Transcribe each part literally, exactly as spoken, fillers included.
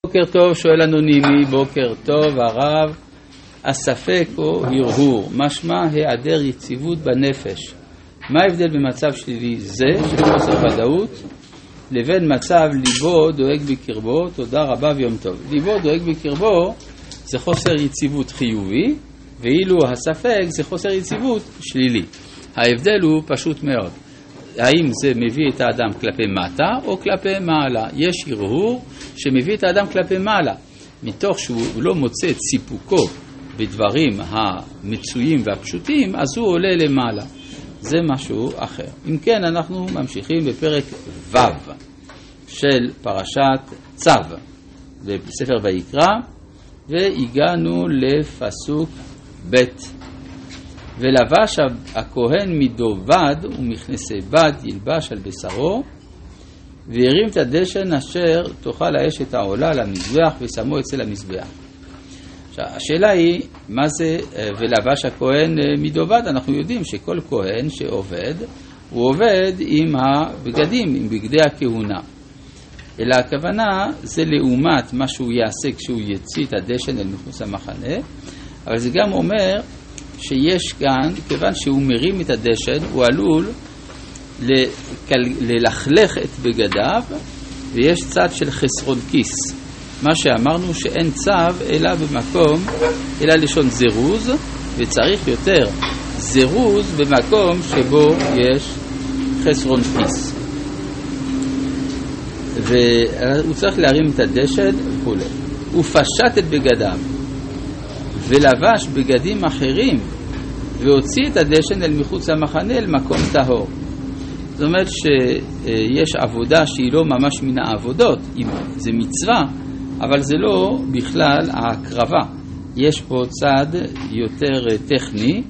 בוקר טוב, שואל אנונימי, בוקר טוב, הרב, הספק או הרהור, משמע היעדר יציבות בנפש. מה ההבדל במצב שלילי זה, של חוסר ודאות, לבין מצב ליבו דואג בקרבו, תודה רבה ויום טוב. ליבו דואג בקרבו זה חוסר יציבות חיובי, ואילו הספק זה חוסר יציבות שלילי. ההבדל הוא פשוט מאוד. האם זה מביא את האדם כלפי מטה או כלפי מעלה? יש הרהור שמביא את האדם כלפי מעלה, מתוך שהוא לא מוצא את סיפוקו בדברים המצויים והפשוטים, אז הוא עולה למעלה. זה משהו אחר. אם כן, אנחנו ממשיכים בפרק ו' של פרשת צו בספר ויקרא, והגענו לפסוק ב'. ולבש הכהן מדובד ומכנסי בד ילבש על בשרו, והרים את הדשן אשר תאכל האש את העולה למזבח ושמו אצל המזבח. עכשיו, השאלה היא, מה זה ולבש הכהן מדובד? אנחנו יודעים שכל כהן שעובד, הוא עובד עם הבגדים, עם בגדי הכהונה. אלא הכוונה זה לעומת מה שהוא יעשה כשהוא יציא את הדשן אל מחוץ המחנה, אבל זה גם אומר שיש כאן, כיוון שהוא מרים את הדשן, הוא עלול ללכלך את בגדיו, ויש צד של חסרון כיס. מה שאמרנו שאין צו אלא במקום, אלא לשון זירוז, וצריך יותר זירוז במקום שבו יש חסרון כיס. והוא צריך להרים את הדשן וכו'. הוא פשט את בגדיו, ולבש בגדים אחרים, והוציא את הדשן אל מחוץ למחנה אל מקום טהור. זאת אומרת שיש עבודה שהיא לא ממש מן העבודות, זה מצווה, אבל זה לא בכלל ההקרבה. יש פה צד יותר טכני,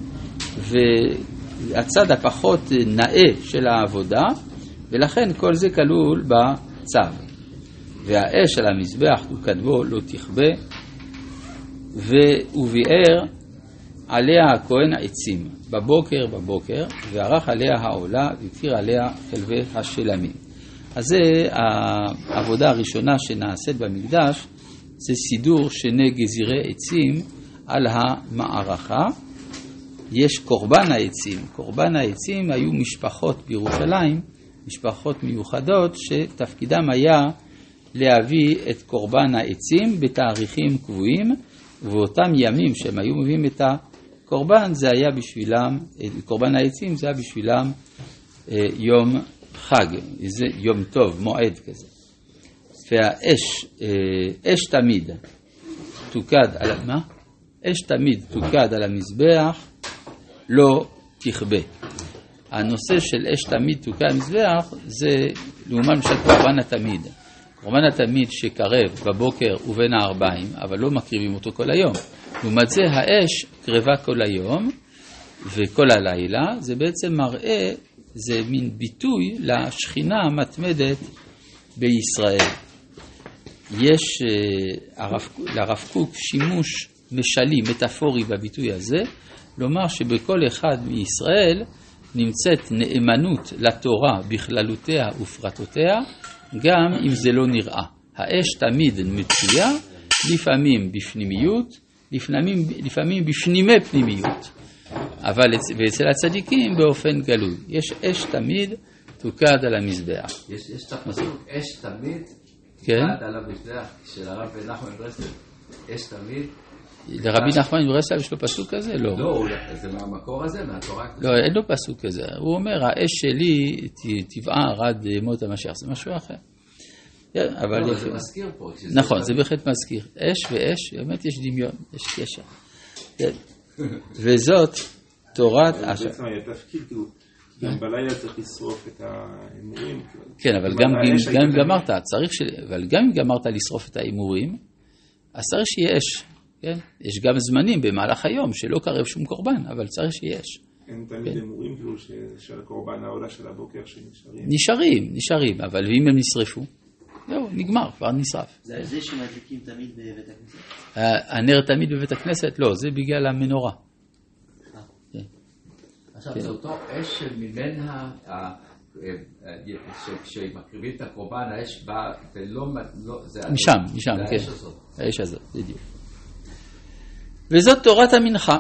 והצד הפחות נאה של העבודה, ולכן כל זה כלול בצו. והאש על המזבח הוא כתבו לא תכבה, והוא ביאר עליה הכהן העצים בבוקר בבוקר, וערך עליה העולה וכתיר עליה חלבי השלמים. אז זה העבודה הראשונה שנעשית במקדש, זה סידור שני גזירי עצים על המערכה. יש קורבן העצים. קורבן העצים היו משפחות בירושלים, משפחות מיוחדות שתפקידם היה להביא את קורבן העצים בתאריכים קבועים, ובאותם ימים שהם היו מביאים את הקורבן, זה היה בשבילם, קורבן העצים זה היה בשבילם אה, יום חג, זה יום טוב, מועד כזה. והאש, אה, אש תמיד תוקד על, מה? אש תמיד תוקד על המזבח, לא תכבה. הנושא של אש תמיד תוקד על המזבח, זה לעומת של קורבן התמיד. קורבן התמיד שקרב בבוקר ובין הארבעים, אבל לא מקריבים אותו כל היום. לעומת זה, האש קרבה כל היום וכל הלילה, זה בעצם מראה, זה מין ביטוי לשכינה המתמדת בישראל. יש הרב, לרב קוק שימוש משלי, מטאפורי בביטוי הזה, לומר שבכל אחד מישראל נמצאת נאמנות לתורה בכללותיה ופרטותיה, גם אם זה לא נראה. האש תמיד מצויה, לפעמים בפנימיות, לפעמים, לפעמים בפנימי פנימיות, אבל ואצל הצדיקים באופן גלוי. יש אש תמיד תוקד על המזבח. יש, יש את הפסוק, אש תמיד כן? תוקד על המזבח, של הרב נחמן מברסלב. אש תמיד. לרבי נחמן מברסלב יש לו פסוק כזה? לא. לא, זה מהמקור הזה, מהתורה. לא, אין לו פסוק כזה. הוא אומר, האש שלי תבער עד מות המשיח, זה משהו אחר. אבל לא, זה מזכיר פה. נכון, זה בהחלט מזכיר. אש ואש, באמת יש דמיון, יש קשר. וזאת תורת... בעצם היה תפקיד, גם בלילה צריך לשרוף את האימורים. כן, אבל גם אם גמרת, צריך ש... אבל גם אם גמרת לשרוף את האימורים, אז צריך שיהיה אש. יש גם זמנים במהלך היום שלא קרב שום קורבן, אבל צריך שיהיה אש. אין תמיד אימורים כאילו של הקורבן העולה של הבוקר שנשארים? נשארים, נשארים, אבל אם הם נשרפו, זהו, נגמר, כבר נשרף. זה על זה שמדליקים תמיד בבית הכנסת? הנר תמיד בבית הכנסת? לא, זה בגלל המנורה. עכשיו, זה אותו אש שממנה כשמקריבים את הקורבן, האש באה ולא... משם, משם, כן. האש הזאת, בדיוק. וזאת תורת המנחה.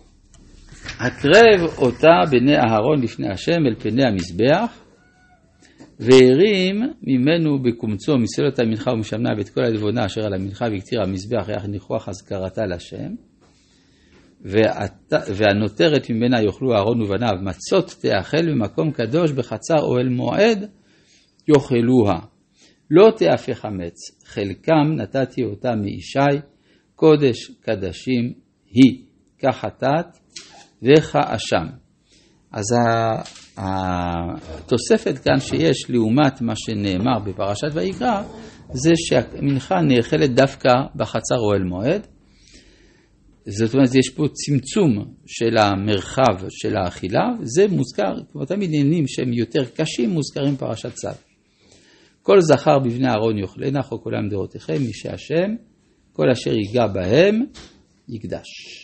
הקרב אותה בני אהרון לפני השם אל פני המזבח, והרים ממנו בקומצו מסלולת המנחה ומשמנה ואת כל הלבונה אשר על המנחה והקטיר המזבח יחד ניחוח הזכרתה לשם, והנותרת ממנה יאכלו אהרון ובניו מצות תאכל במקום קדוש בחצר אוהל מועד יאכלוה, לא תאפה חמץ, חלקם נתתי אותה מישי, קודש קדשים היא, כחטאת וכאשם. אז התוספת כאן שיש לעומת מה שנאמר בפרשת ויקרא, זה שהמנחה נאכלת דווקא בחצר אוהל מועד. זאת אומרת, יש פה צמצום של המרחב של האכילה, זה מוזכר, כמו תמיד עניינים שהם יותר קשים, מוזכרים פרשת צו. כל זכר בבני אהרון יאכלנה, חוק עולם דורותיכם, מי שהשם, כל אשר ייגע בהם, יקדש.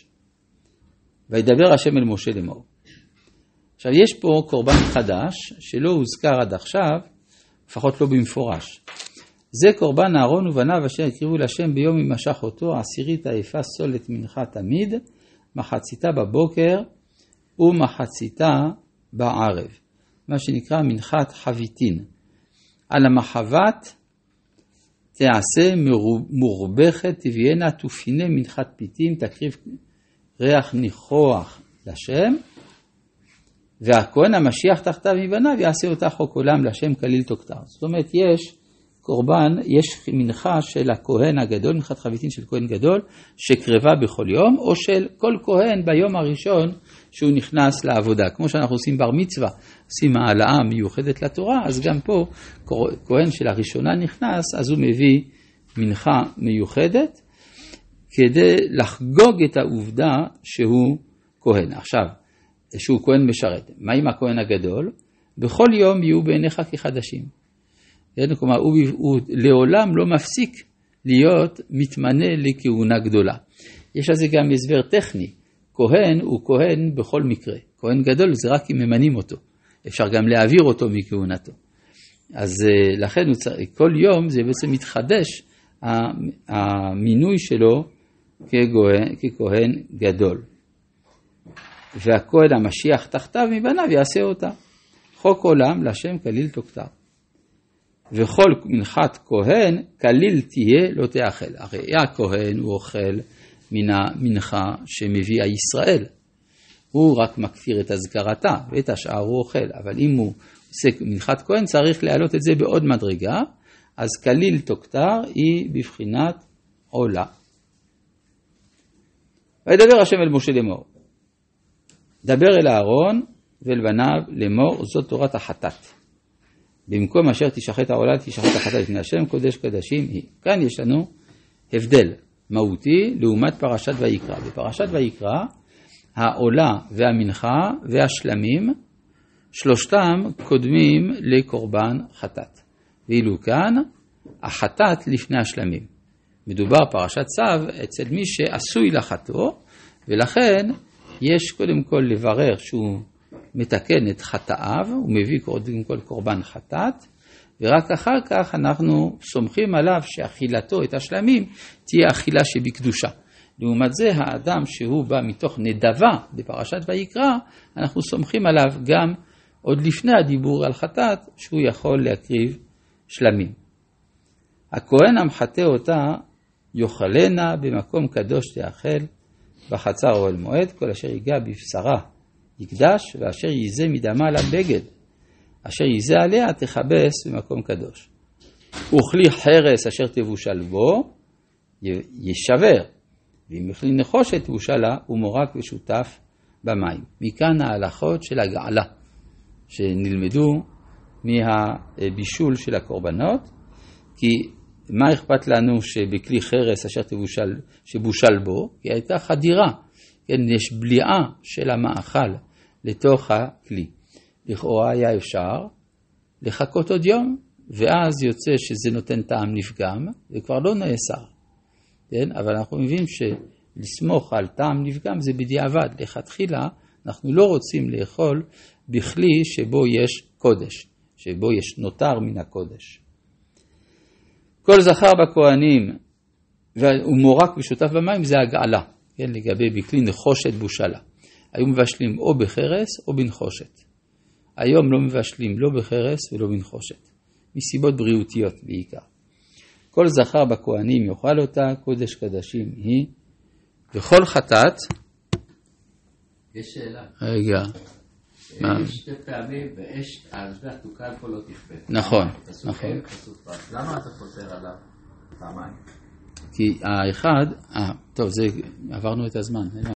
וידבר השם אל משה לאמור. עכשיו, יש פה קורבן חדש, שלא הוזכר עד עכשיו, לפחות לא במפורש. זה קורבן אהרון ובניו אשר יקריבו להשם ביום ימשך אותו, עשירית היפה סולת מנחה תמיד, מחציתה בבוקר ומחציתה בערב. מה שנקרא מנחת חביתין. על המחבת תעשה מורבכת, תביאנה תופיני מנחת פיתים, תקריב ריח ניחוח לשם, והכהן המשיח תחתיו מבניו יעשה אותה חוק עולם לשם כליל תוקתר. זאת אומרת, יש קורבן, יש מנחה של הכהן הגדול, מנחת חביתין של כהן גדול, שקרבה בכל יום, או של כל כהן ביום הראשון שהוא נכנס לעבודה. כמו שאנחנו עושים בר מצווה, עושים העלאה מיוחדת לתורה, אז גם פה כהן של הראשונה נכנס, אז הוא מביא מנחה מיוחדת, כדי לחגוג את העובדה שהוא כהן. עכשיו, שהוא כהן משרת. מה עם הכהן הגדול? בכל יום יהיו בעיניך כחדשים. כלומר, הוא, הוא לעולם לא מפסיק להיות מתמנה לכהונה גדולה. יש לזה גם הסבר טכני. כהן הוא כהן בכל מקרה. כהן גדול זה רק אם ממנים אותו. אפשר גם להעביר אותו מכהונתו. אז לכן הוא צריך, כל יום זה בעצם מתחדש המינוי שלו ככהן, ככהן גדול. והכהן המשיח תחתיו מבניו יעשה אותה. חוק עולם לשם כליל תוקתר. וכל מנחת כהן כליל תהיה לא תאכל. הרי הכהן הוא אוכל מן המנחה שמביא הישראל. הוא רק מקפיר את הזכרתה ואת השאר הוא אוכל. אבל אם הוא עושה מנחת כהן צריך להעלות את זה בעוד מדרגה. אז כליל תוקתר היא בבחינת עולה. וידבר השם אל משה לאמור. דבר אל אהרון ואל בניו לאמור, זאת תורת החטאת. במקום אשר תשחט העולה, תשחט החטאת לפני השם, קודש קדשים היא. כאן יש לנו הבדל מהותי לעומת פרשת ויקרא. בפרשת ויקרא, העולה והמנחה והשלמים, שלושתם קודמים לקורבן חטאת. ואילו כאן, החטאת לפני השלמים. מדובר פרשת צו אצל מי שעשוי לחטוא, ולכן יש קודם כל לברר שהוא מתקן את חטאיו, הוא מביא קודם כל קורבן חטאת, ורק אחר כך אנחנו סומכים עליו שאכילתו את השלמים תהיה אכילה שבקדושה. לעומת זה האדם שהוא בא מתוך נדבה בפרשת ויקרא, אנחנו סומכים עליו גם עוד לפני הדיבור על חטאת שהוא יכול להקריב שלמים. הכהן המחטא אותה יאכלנה במקום קדוש תאכל בחצר אוהל מועד, כל אשר ייגע בבשרה יקדש, ואשר ייזה מדמה על הבגד, אשר ייזה עליה תכבס במקום קדוש. וכלי חרס אשר תבושל בו, ישבר, ואם יכלי נחושת תבושלה, הוא מורק ושותף במים. מכאן ההלכות של הגעלה, שנלמדו מהבישול של הקורבנות, כי מה אכפת לנו שבכלי חרס אשר תבושל, שבושל בו? כי הייתה חדירה, כן, יש בליעה של המאכל לתוך הכלי. לכאורה היה אפשר לחכות עוד יום, ואז יוצא שזה נותן טעם נפגם, וכבר לא נאסר. כן? אבל אנחנו מבינים שלסמוך על טעם נפגם זה בדיעבד. לכתחילה אנחנו לא רוצים לאכול בכלי שבו יש קודש. שבו יש נותר מן הקודש. כל זכר בכהנים והוא מורק ושותף במים זה הגעלה, כן, לגבי בכלי נחושת בושלה. היו מבשלים או בחרס או בנחושת. היום לא מבשלים לא בחרס ולא בנחושת, מסיבות בריאותיות בעיקר. כל זכר בכהנים יאכל אותה, קודש קדשים היא, וכל חטאת, יש שאלה. רגע, מה? יש שתי פעמים, ואש העזדה תוקל פה לא תכפה. נכון, פסוק נכון. ה', פסוק ו'. למה אתה חוזר עליו פעמיים? כי האחד, אה, טוב, זה, עברנו את הזמן.